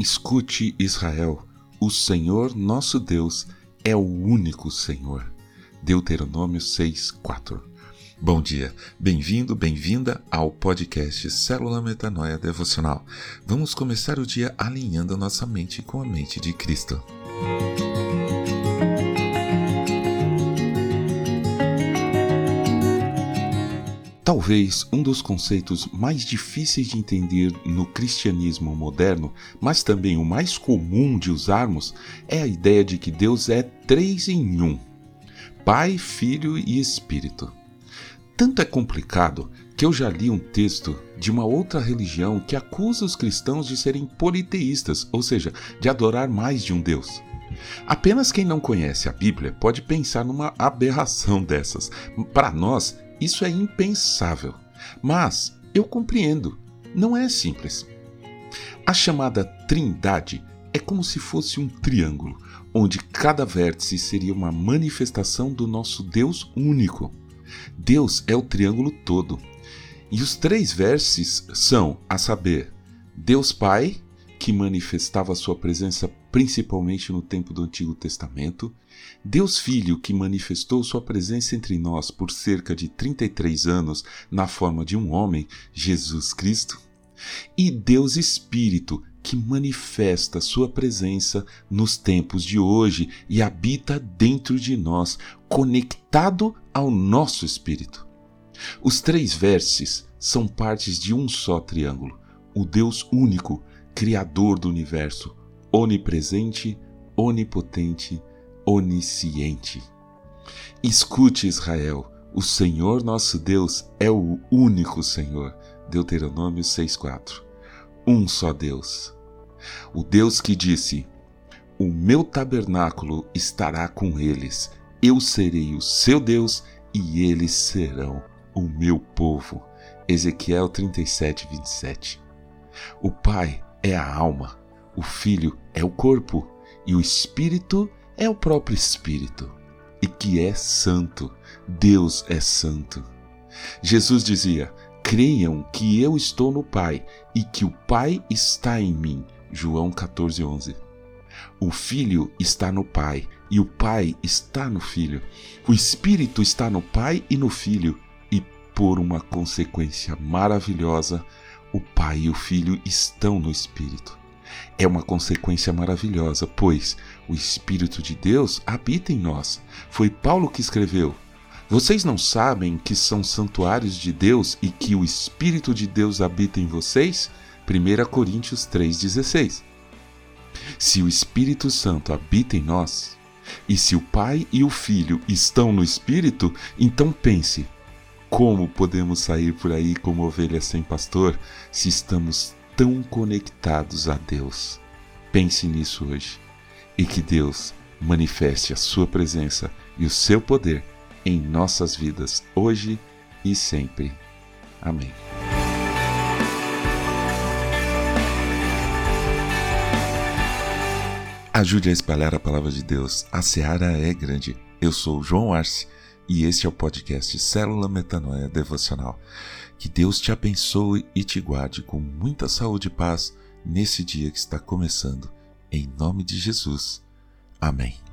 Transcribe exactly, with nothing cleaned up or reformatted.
Escute, Israel, o Senhor nosso Deus é o único Senhor. Deuteronômio seis, quatro. Bom dia, bem-vindo, bem-vinda ao podcast Célula Metanoia Devocional. Vamos começar o dia alinhando a nossa mente com a mente de Cristo. Talvez um dos conceitos mais difíceis de entender no cristianismo moderno, mas também o mais comum de usarmos, é a ideia de que Deus é três em um: Pai, Filho e Espírito. Tanto é complicado que eu já li um texto de uma outra religião que acusa os cristãos de serem politeístas, ou seja, de adorar mais de um Deus. Apenas quem não conhece a Bíblia pode pensar numa aberração dessas. Para nós, isso é impensável. Mas eu compreendo, não é simples. A chamada Trindade é como se fosse um triângulo, onde cada vértice seria uma manifestação do nosso Deus único. Deus é o triângulo todo. E os três vértices são, a saber, Deus Pai, que manifestava sua presença principalmente no tempo do Antigo Testamento, Deus Filho, que manifestou sua presença entre nós por cerca de trinta e três anos na forma de um homem, Jesus Cristo, e Deus Espírito, que manifesta sua presença nos tempos de hoje e habita dentro de nós, conectado ao nosso espírito. Os três vértices são partes de um só triângulo, o Deus único, Criador do universo, onipresente, onipotente, onisciente. Escute, Israel, o Senhor nosso Deus é o único Senhor. Deuteronômio seis, quatro. Um só Deus. O Deus que disse: o meu tabernáculo estará com eles, eu serei o seu Deus e eles serão o meu povo. Ezequiel trinta e sete, vinte e sete. O Pai é a alma, o Filho é o corpo e o Espírito é o próprio Espírito, e que é santo. Deus é santo. Jesus dizia: creiam que eu estou no Pai e que o Pai está em mim. João quatorze, onze. O Filho está no Pai e o Pai está no Filho. O Espírito está no Pai e no Filho. E por uma consequência maravilhosa, o Pai e o Filho estão no Espírito. É uma consequência maravilhosa, pois o Espírito de Deus habita em nós. Foi Paulo que escreveu: vocês não sabem que são santuários de Deus e que o Espírito de Deus habita em vocês? primeira Coríntios três, dezesseis. Se o Espírito Santo habita em nós, e se o Pai e o Filho estão no Espírito, então pense: como podemos sair por aí como ovelhas sem pastor se estamos tão conectados a Deus? Pense nisso hoje, e que Deus manifeste a sua presença e o seu poder em nossas vidas, hoje e sempre. Amém. Ajude a espalhar a palavra de Deus. A seara é grande. Eu sou o João Arce e este é o podcast Célula Metanoia Devocional. Que Deus te abençoe e te guarde com muita saúde e paz nesse dia que está começando. Em nome de Jesus. Amém.